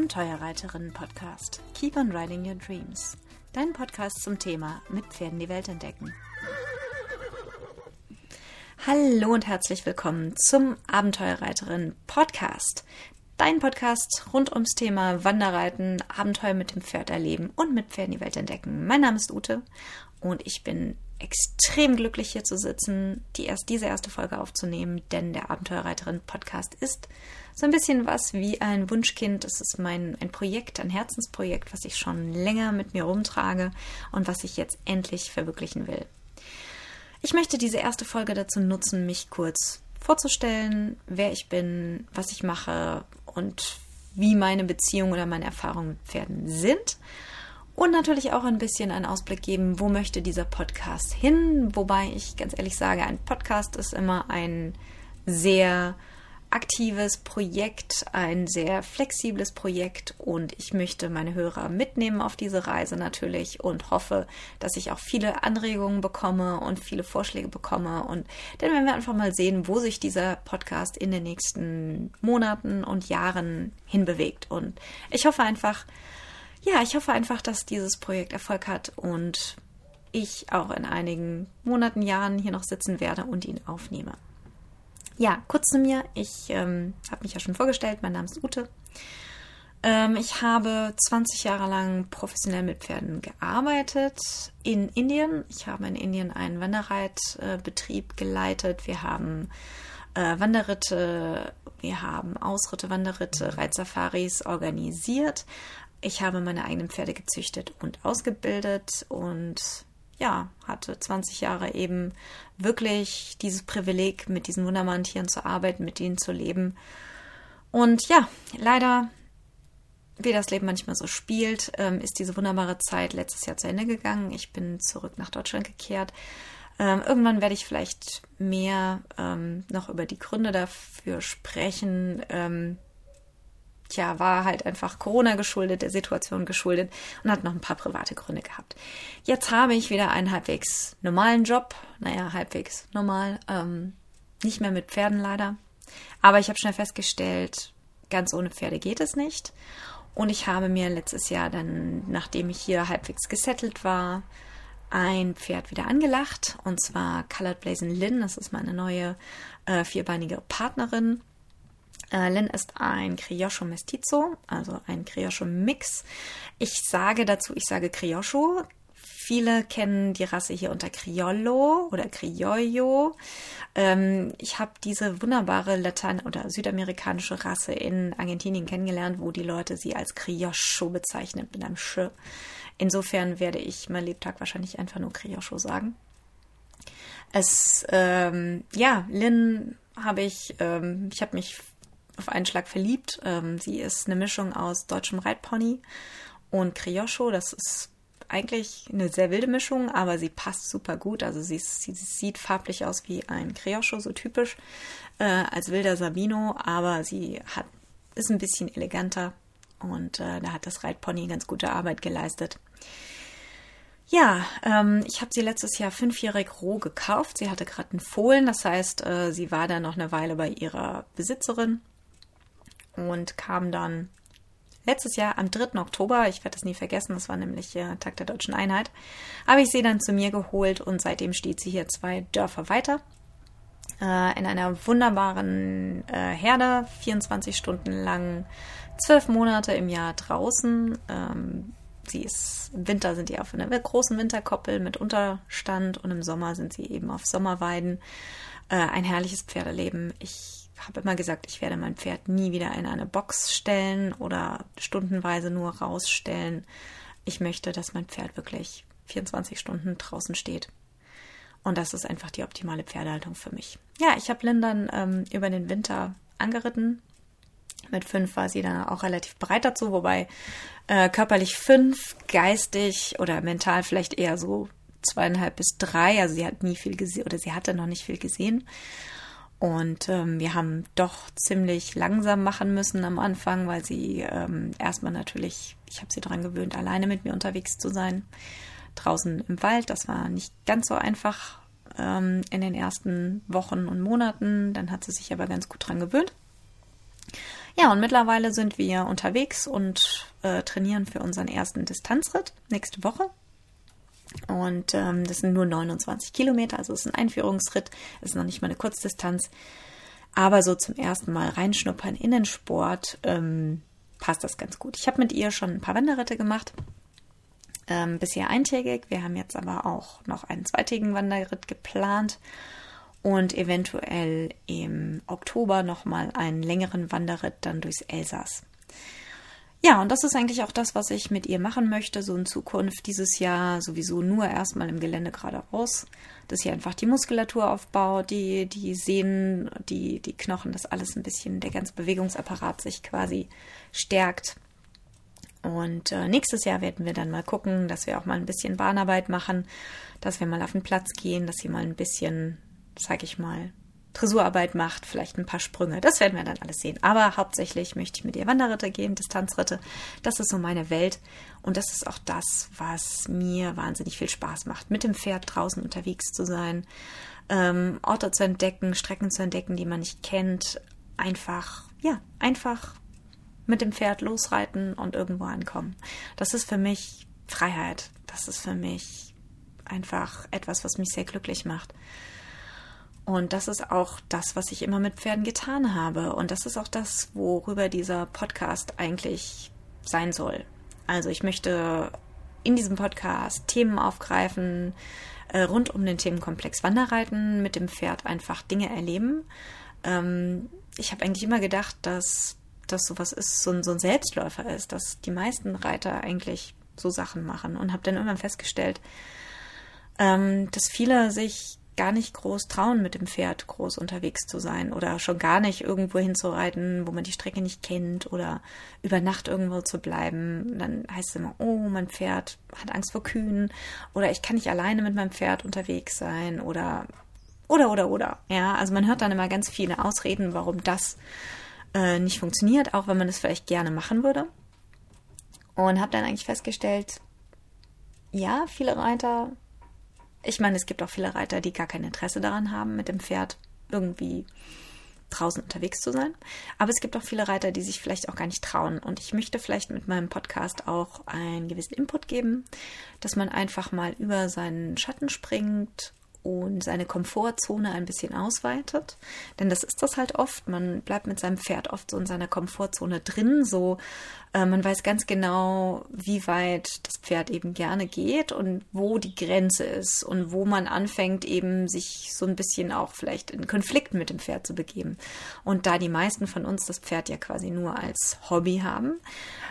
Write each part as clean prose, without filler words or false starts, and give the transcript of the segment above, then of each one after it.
Abenteuerreiterinnen-Podcast Keep on Riding Your Dreams. Dein Podcast zum Thema mit Pferden die Welt entdecken. Hallo und herzlich willkommen zum Abenteuerreiterinnen-Podcast. Dein Podcast rund ums Thema Wanderreiten, Abenteuer mit dem Pferd erleben und mit Pferden die Welt entdecken. Mein Name ist Ute und ich bin extrem glücklich, hier zu sitzen, diese erste Folge aufzunehmen, denn der Abenteuerreiterin-Podcast ist so ein bisschen was wie ein Wunschkind. Es ist ein Projekt, ein Herzensprojekt, was ich schon länger mit mir rumtrage und was ich jetzt endlich verwirklichen will. Ich möchte diese erste Folge dazu nutzen, mich kurz vorzustellen, wer ich bin, was ich mache und wie meine Beziehung oder meine Erfahrungen mit Pferden sind. Und natürlich auch ein bisschen einen Ausblick geben, wo möchte dieser Podcast hin. Wobei ich ganz ehrlich sage, ein Podcast ist immer ein sehr aktives Projekt, ein sehr flexibles Projekt. Und ich möchte meine Hörer mitnehmen auf diese Reise natürlich und hoffe, dass ich auch viele Anregungen bekomme und viele Vorschläge bekomme. Und dann werden wir einfach mal sehen, wo sich dieser Podcast in den nächsten Monaten und Jahren hinbewegt. Und ich hoffe einfach, dass dieses Projekt Erfolg hat und ich auch in einigen Monaten, Jahren hier noch sitzen werde und ihn aufnehme. Ja, kurz zu mir. Ich habe mich ja schon vorgestellt. Mein Name ist Ute. Ich habe 20 Jahre lang professionell mit Pferden gearbeitet in Indien. Ich habe in Indien einen Wanderreitbetrieb geleitet. Wir haben Wanderritte, wir haben Ausritte, Wanderritte, Reitsafaris organisiert. Ich habe meine eigenen Pferde gezüchtet und ausgebildet und ja, hatte 20 Jahre eben wirklich dieses Privileg, mit diesen wunderbaren Tieren zu arbeiten, mit ihnen zu leben. Und ja, leider, wie das Leben manchmal so spielt, ist diese wunderbare Zeit letztes Jahr zu Ende gegangen. Ich bin zurück nach Deutschland gekehrt. Irgendwann werde ich vielleicht mehr noch über die Gründe dafür sprechen. War halt einfach Corona geschuldet, der Situation geschuldet und hat noch ein paar private Gründe gehabt. Jetzt habe ich wieder einen halbwegs normalen Job. Halbwegs normal. Nicht mehr mit Pferden leider. Aber ich habe schnell festgestellt, ganz ohne Pferde geht es nicht. Und ich habe mir letztes Jahr dann, nachdem ich hier halbwegs gesettelt war, ein Pferd wieder angelacht. Und zwar Colored Blazing Lynn. Das ist meine neue vierbeinige Partnerin. Lynn ist ein Criollo Mestizo, also ein Criollo Mix. Ich sage Criollo. Viele kennen die Rasse hier unter Criollo oder Criollo. Ich habe diese wunderbare Latein- oder südamerikanische Rasse in Argentinien kennengelernt, wo die Leute sie als Criollo bezeichnen mit einem Sch. Insofern werde ich mein Lebtag wahrscheinlich einfach nur Criollo sagen. Lynn habe ich habe mich auf einen Schlag verliebt. Sie ist eine Mischung aus deutschem Reitpony und Criollo. Das ist eigentlich eine sehr wilde Mischung, aber sie passt super gut. Also sie sieht farblich aus wie ein Criollo, so typisch als wilder Sabino, aber sie ist ein bisschen eleganter und da hat das Reitpony ganz gute Arbeit geleistet. Ja, ich habe sie letztes Jahr 5-jährig roh gekauft. Sie hatte gerade einen Fohlen, das heißt, sie war dann noch eine Weile bei ihrer Besitzerin und kam dann letztes Jahr am 3. Oktober, ich werde das nie vergessen, das war nämlich Tag der Deutschen Einheit, habe ich sie dann zu mir geholt und seitdem steht sie hier 2 Dörfer weiter in einer wunderbaren Herde, 24 Stunden lang, 12 Monate im Jahr draußen. Im Winter sind die auf einer großen Winterkoppel mit Unterstand und im Sommer sind sie eben auf Sommerweiden. Ein herrliches Pferdeleben. Ich habe immer gesagt, ich werde mein Pferd nie wieder in eine Box stellen oder stundenweise nur rausstellen. Ich möchte, dass mein Pferd wirklich 24 Stunden draußen steht. Und das ist einfach die optimale Pferdehaltung für mich. Ja, ich habe Lynn dann über den Winter angeritten. Mit 5 war sie dann auch relativ bereit dazu, wobei körperlich 5, geistig oder mental vielleicht eher so 2,5 bis 3. Also sie hat nie viel gesehen oder sie hatte noch nicht viel gesehen. Und wir haben doch ziemlich langsam machen müssen am Anfang, weil sie erstmal natürlich, ich habe sie daran gewöhnt, alleine mit mir unterwegs zu sein. Draußen im Wald, das war nicht ganz so einfach in den ersten Wochen und Monaten. Dann hat sie sich aber ganz gut dran gewöhnt. Ja, und mittlerweile sind wir unterwegs und trainieren für unseren ersten Distanzritt nächste Woche. Und das sind nur 29 Kilometer, also es ist ein Einführungsritt, es ist noch nicht mal eine Kurzdistanz. Aber so zum ersten Mal reinschnuppern in den Sport passt das ganz gut. Ich habe mit ihr schon ein paar Wanderritte gemacht, bisher eintägig. Wir haben jetzt aber auch noch einen zweitägigen Wanderritt geplant und eventuell im Oktober nochmal einen längeren Wanderritt dann durchs Elsass. Ja, und das ist eigentlich auch das, was ich mit ihr machen möchte, so in Zukunft. Dieses Jahr sowieso nur erstmal im Gelände geradeaus, dass sie einfach die Muskulatur aufbaut, die Sehnen, die Knochen, das alles ein bisschen, der ganze Bewegungsapparat sich quasi stärkt. Und nächstes Jahr werden wir dann mal gucken, dass wir auch mal ein bisschen Bahnarbeit machen, dass wir mal auf den Platz gehen, dass sie mal ein bisschen, sag ich mal, Dressurarbeit macht, vielleicht ein paar Sprünge. Das werden wir dann alles sehen. Aber hauptsächlich möchte ich mit ihr Wanderritte gehen, Distanzritte. Das ist so meine Welt. Und das ist auch das, was mir wahnsinnig viel Spaß macht, mit dem Pferd draußen unterwegs zu sein, Orte zu entdecken, Strecken zu entdecken, die man nicht kennt. Einfach mit dem Pferd losreiten und irgendwo ankommen. Das ist für mich Freiheit. Das ist für mich einfach etwas, was mich sehr glücklich macht. Und das ist auch das, was ich immer mit Pferden getan habe. Und das ist auch das, worüber dieser Podcast eigentlich sein soll. Also ich möchte in diesem Podcast Themen aufgreifen, rund um den Themenkomplex Wanderreiten, mit dem Pferd einfach Dinge erleben. Ich habe eigentlich immer gedacht, dass das sowas ist, so ein Selbstläufer ist, dass die meisten Reiter eigentlich so Sachen machen. Und habe dann irgendwann festgestellt, dass viele sich gar nicht groß trauen, mit dem Pferd groß unterwegs zu sein oder schon gar nicht irgendwo hinzureiten, wo man die Strecke nicht kennt oder über Nacht irgendwo zu bleiben. Dann heißt es immer, oh, mein Pferd hat Angst vor Kühen oder ich kann nicht alleine mit meinem Pferd unterwegs sein oder. Ja, also man hört dann immer ganz viele Ausreden, warum das nicht funktioniert, auch wenn man es vielleicht gerne machen würde. Und habe dann eigentlich festgestellt, ja, viele Reiter, ich meine, es gibt auch viele Reiter, die gar kein Interesse daran haben, mit dem Pferd irgendwie draußen unterwegs zu sein. Aber es gibt auch viele Reiter, die sich vielleicht auch gar nicht trauen. Und ich möchte vielleicht mit meinem Podcast auch einen gewissen Input geben, dass man einfach mal über seinen Schatten springt und seine Komfortzone ein bisschen ausweitet. Denn das ist das halt oft. Man bleibt mit seinem Pferd oft so in seiner Komfortzone drin. So, man weiß ganz genau, wie weit das Pferd eben gerne geht und wo die Grenze ist und wo man anfängt, eben sich so ein bisschen auch vielleicht in Konflikten mit dem Pferd zu begeben. Und da die meisten von uns das Pferd ja quasi nur als Hobby haben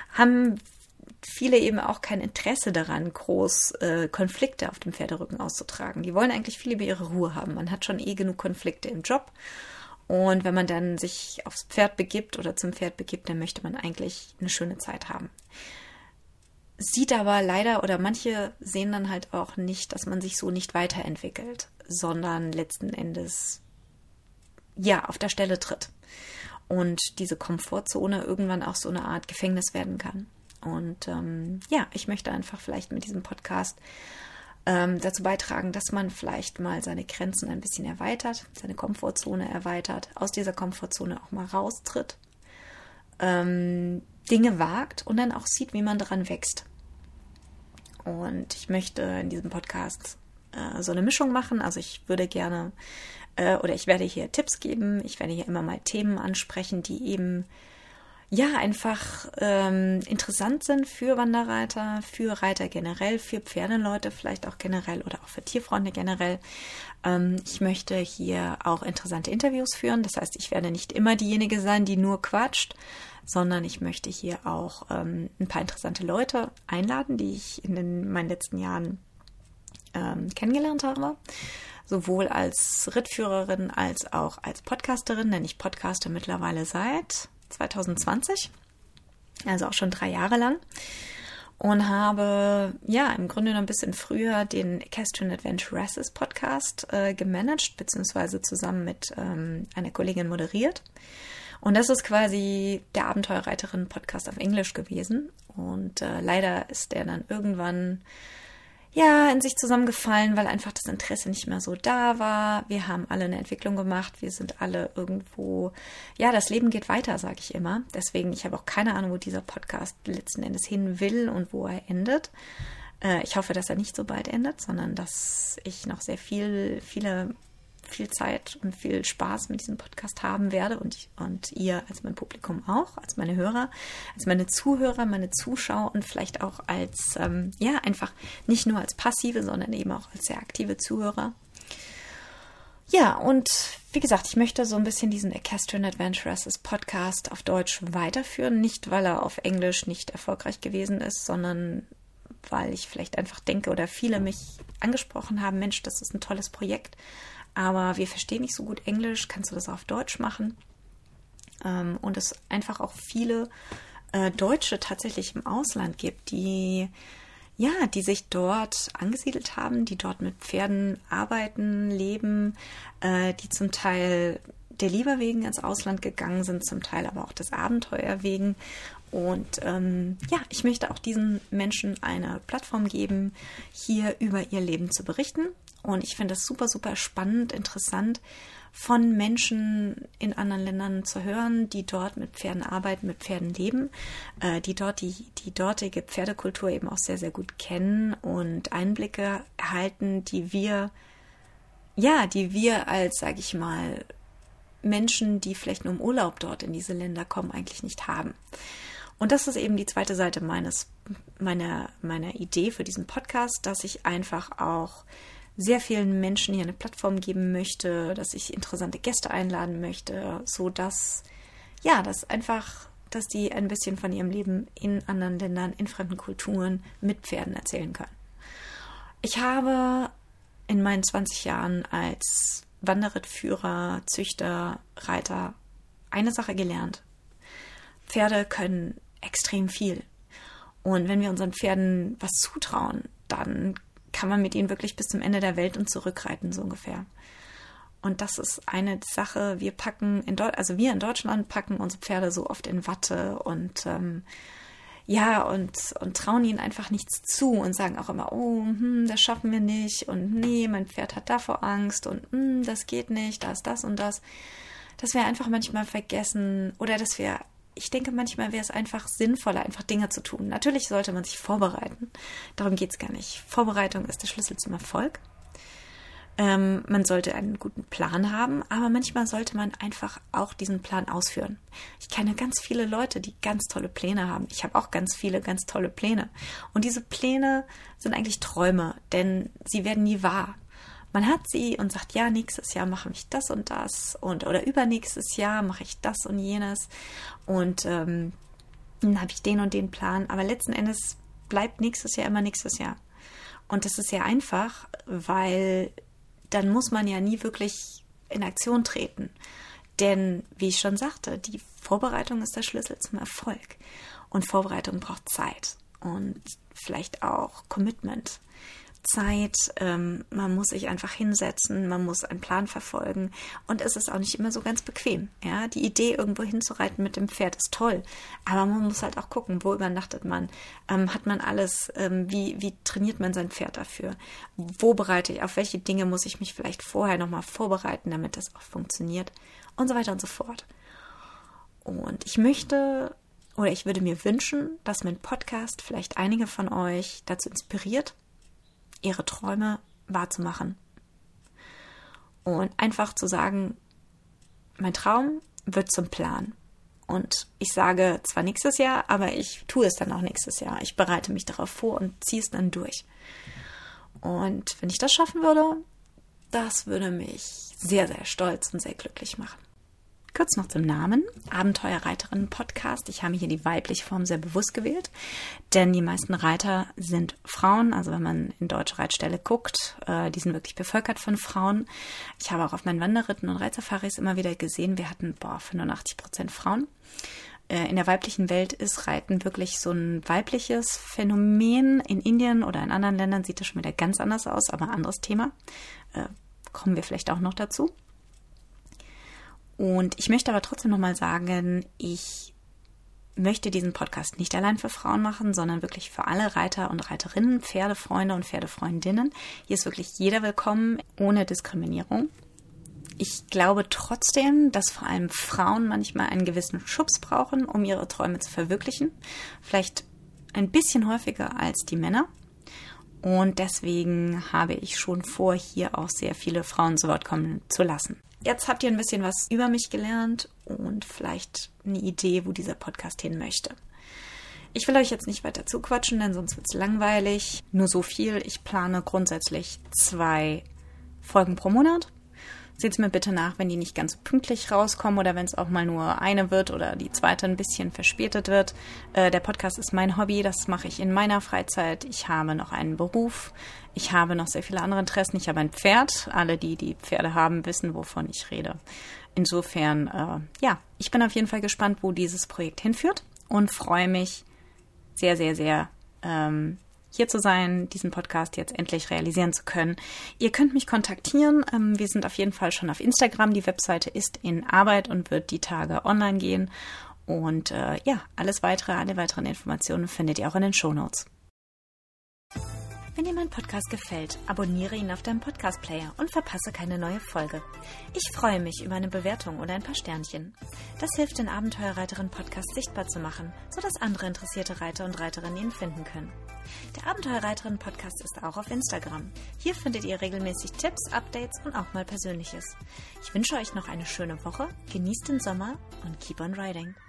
viele eben auch kein Interesse daran, groß Konflikte auf dem Pferderücken auszutragen. Die wollen eigentlich viel über ihre Ruhe haben. Man hat schon genug Konflikte im Job. Und wenn man dann sich aufs Pferd begibt oder zum Pferd begibt, dann möchte man eigentlich eine schöne Zeit haben. Sieht aber leider, oder manche sehen dann halt auch nicht, dass man sich so nicht weiterentwickelt, sondern letzten Endes auf der Stelle tritt. Und diese Komfortzone irgendwann auch so eine Art Gefängnis werden kann. Und ich möchte einfach vielleicht mit diesem Podcast dazu beitragen, dass man vielleicht mal seine Grenzen ein bisschen erweitert, seine Komfortzone erweitert, aus dieser Komfortzone auch mal raustritt, Dinge wagt und dann auch sieht, wie man daran wächst. Und ich möchte in diesem Podcast so eine Mischung machen. Also ich würde gerne ich werde hier Tipps geben. Ich werde hier immer mal Themen ansprechen, die eben einfach interessant sind für Wanderreiter, für Reiter generell, für Pferdeleute vielleicht auch generell oder auch für Tierfreunde generell. Ich möchte hier auch interessante Interviews führen. Das heißt, ich werde nicht immer diejenige sein, die nur quatscht, sondern ich möchte hier auch ein paar interessante Leute einladen, die ich in meinen letzten Jahren kennengelernt habe. Sowohl als Rittführerin als auch als Podcasterin, denn ich podcaste mittlerweile seit 2020, also auch schon 3 Jahre lang, und habe im Grunde noch ein bisschen früher den Equestrian Adventuresses Podcast gemanagt, beziehungsweise zusammen mit einer Kollegin moderiert. Und das ist quasi der Abenteuerreiterin Podcast auf Englisch gewesen. Und leider ist der dann irgendwann in sich zusammengefallen, weil einfach das Interesse nicht mehr so da war. Wir haben alle eine Entwicklung gemacht. Wir sind alle irgendwo, das Leben geht weiter, sage ich immer. Deswegen, ich habe auch keine Ahnung, wo dieser Podcast letzten Endes hin will und wo er endet. Ich hoffe, dass er nicht so bald endet, sondern dass ich noch sehr viel Zeit und viel Spaß mit diesem Podcast haben werde und ihr als mein Publikum auch, als meine Hörer, als meine Zuhörer, meine Zuschauer und vielleicht auch als, einfach nicht nur als passive, sondern eben auch als sehr aktive Zuhörer. Ja, und wie gesagt, ich möchte so ein bisschen diesen Equestrian Adventuresses Podcast auf Deutsch weiterführen, nicht weil er auf Englisch nicht erfolgreich gewesen ist, sondern weil ich vielleicht einfach denke oder viele mich angesprochen haben, Mensch, das ist ein tolles Projekt, aber wir verstehen nicht so gut Englisch, kannst du das auf Deutsch machen? Und es einfach auch viele Deutsche tatsächlich im Ausland gibt, die sich dort angesiedelt haben, die dort mit Pferden arbeiten, leben, die zum Teil der Liebe wegen ins Ausland gegangen sind, zum Teil aber auch des Abenteuer wegen. Und ich möchte auch diesen Menschen eine Plattform geben, hier über ihr Leben zu berichten. Und ich finde es super, super spannend, interessant, von Menschen in anderen Ländern zu hören, die dort mit Pferden arbeiten, mit Pferden leben, die dort die dortige Pferdekultur eben auch sehr, sehr gut kennen und Einblicke erhalten, die wir als, sage ich mal, Menschen, die vielleicht nur im Urlaub dort in diese Länder kommen, eigentlich nicht haben. Und das ist eben die zweite Seite meiner Idee für diesen Podcast, dass ich einfach auch sehr vielen Menschen hier eine Plattform geben möchte, dass ich interessante Gäste einladen möchte, so dass die ein bisschen von ihrem Leben in anderen Ländern, in fremden Kulturen mit Pferden erzählen können. Ich habe in meinen 20 Jahren als Wanderrittführer, Züchter, Reiter eine Sache gelernt. Pferde können extrem viel. Und wenn wir unseren Pferden was zutrauen, dann kann man mit ihnen wirklich bis zum Ende der Welt und zurückreiten, so ungefähr. Und das ist eine Sache, wir in Deutschland packen unsere Pferde so oft in Watte und trauen ihnen einfach nichts zu und sagen auch immer, das schaffen wir nicht und nee, mein Pferd hat davor Angst und das geht nicht, da ist das und das. Dass wir einfach manchmal vergessen oder ich denke, manchmal wäre es einfach sinnvoller, einfach Dinge zu tun. Natürlich sollte man sich vorbereiten. Darum geht es gar nicht. Vorbereitung ist der Schlüssel zum Erfolg. Man sollte einen guten Plan haben, aber manchmal sollte man einfach auch diesen Plan ausführen. Ich kenne ganz viele Leute, die ganz tolle Pläne haben. Ich habe auch ganz viele ganz tolle Pläne. Und diese Pläne sind eigentlich Träume, denn sie werden nie wahr. Man hat sie und sagt, ja, nächstes Jahr mache ich das und das oder übernächstes Jahr mache ich das und jenes und dann habe ich den und den Plan. Aber letzten Endes bleibt nächstes Jahr immer nächstes Jahr. Und das ist sehr einfach, weil dann muss man ja nie wirklich in Aktion treten. Denn, wie ich schon sagte, die Vorbereitung ist der Schlüssel zum Erfolg. Und Vorbereitung braucht Zeit und vielleicht auch Commitment. Zeit, man muss sich einfach hinsetzen, man muss einen Plan verfolgen und es ist auch nicht immer so ganz bequem. Ja? Die Idee, irgendwo hinzureiten mit dem Pferd ist toll, aber man muss halt auch gucken, wo übernachtet man, hat man alles, wie trainiert man sein Pferd dafür, auf welche Dinge muss ich mich vielleicht vorher nochmal vorbereiten, damit das auch funktioniert und so weiter und so fort. Und ich würde mir wünschen, dass mein Podcast vielleicht einige von euch dazu inspiriert, ihre Träume wahrzumachen. Und einfach zu sagen, mein Traum wird zum Plan. Und ich sage zwar nächstes Jahr, aber ich tue es dann auch nächstes Jahr. Ich bereite mich darauf vor und ziehe es dann durch. Und wenn ich das schaffen würde, das würde mich sehr, sehr stolz und sehr glücklich machen. Kurz noch zum Namen, Abenteuerreiterinnen-Podcast. Ich habe hier die weibliche Form sehr bewusst gewählt, denn die meisten Reiter sind Frauen. Also wenn man in deutsche Reitställe guckt, die sind wirklich bevölkert von Frauen. Ich habe auch auf meinen Wanderritten und Reitsafaris immer wieder gesehen, wir hatten 85% Frauen. In der weiblichen Welt ist Reiten wirklich so ein weibliches Phänomen. In Indien oder in anderen Ländern sieht das schon wieder ganz anders aus, aber ein anderes Thema. Kommen wir vielleicht auch noch dazu. Und ich möchte aber trotzdem nochmal sagen, ich möchte diesen Podcast nicht allein für Frauen machen, sondern wirklich für alle Reiter und Reiterinnen, Pferdefreunde und Pferdefreundinnen. Hier ist wirklich jeder willkommen, ohne Diskriminierung. Ich glaube trotzdem, dass vor allem Frauen manchmal einen gewissen Schubs brauchen, um ihre Träume zu verwirklichen. Vielleicht ein bisschen häufiger als die Männer. Und deswegen habe ich schon vor, hier auch sehr viele Frauen zu Wort kommen zu lassen. Jetzt habt ihr ein bisschen was über mich gelernt und vielleicht eine Idee, wo dieser Podcast hin möchte. Ich will euch jetzt nicht weiter zuquatschen, denn sonst wird es langweilig. Nur so viel. Ich plane grundsätzlich 2 Folgen pro Monat. Seht's mir bitte nach, wenn die nicht ganz so pünktlich rauskommen oder wenn es auch mal nur eine wird oder die zweite ein bisschen verspätet wird. Der Podcast ist mein Hobby, das mache ich in meiner Freizeit. Ich habe noch einen Beruf, ich habe noch sehr viele andere Interessen. Ich habe ein Pferd. Alle, die Pferde haben, wissen, wovon ich rede. Insofern, ich bin auf jeden Fall gespannt, wo dieses Projekt hinführt und freue mich sehr, sehr, sehr, hier zu sein, diesen Podcast jetzt endlich realisieren zu können. Ihr könnt mich kontaktieren. Wir sind auf jeden Fall schon auf Instagram. Die Webseite ist in Arbeit und wird die Tage online gehen. Und alle weiteren Informationen findet ihr auch in den Shownotes. Wenn dir mein Podcast gefällt, abonniere ihn auf deinem Podcast-Player und verpasse keine neue Folge. Ich freue mich über eine Bewertung oder ein paar Sternchen. Das hilft, den Abenteuerreiterin-Podcast sichtbar zu machen, sodass andere interessierte Reiter und Reiterinnen ihn finden können. Der Abenteuerreiterin-Podcast ist auch auf Instagram. Hier findet ihr regelmäßig Tipps, Updates und auch mal Persönliches. Ich wünsche euch noch eine schöne Woche, genießt den Sommer und keep on riding.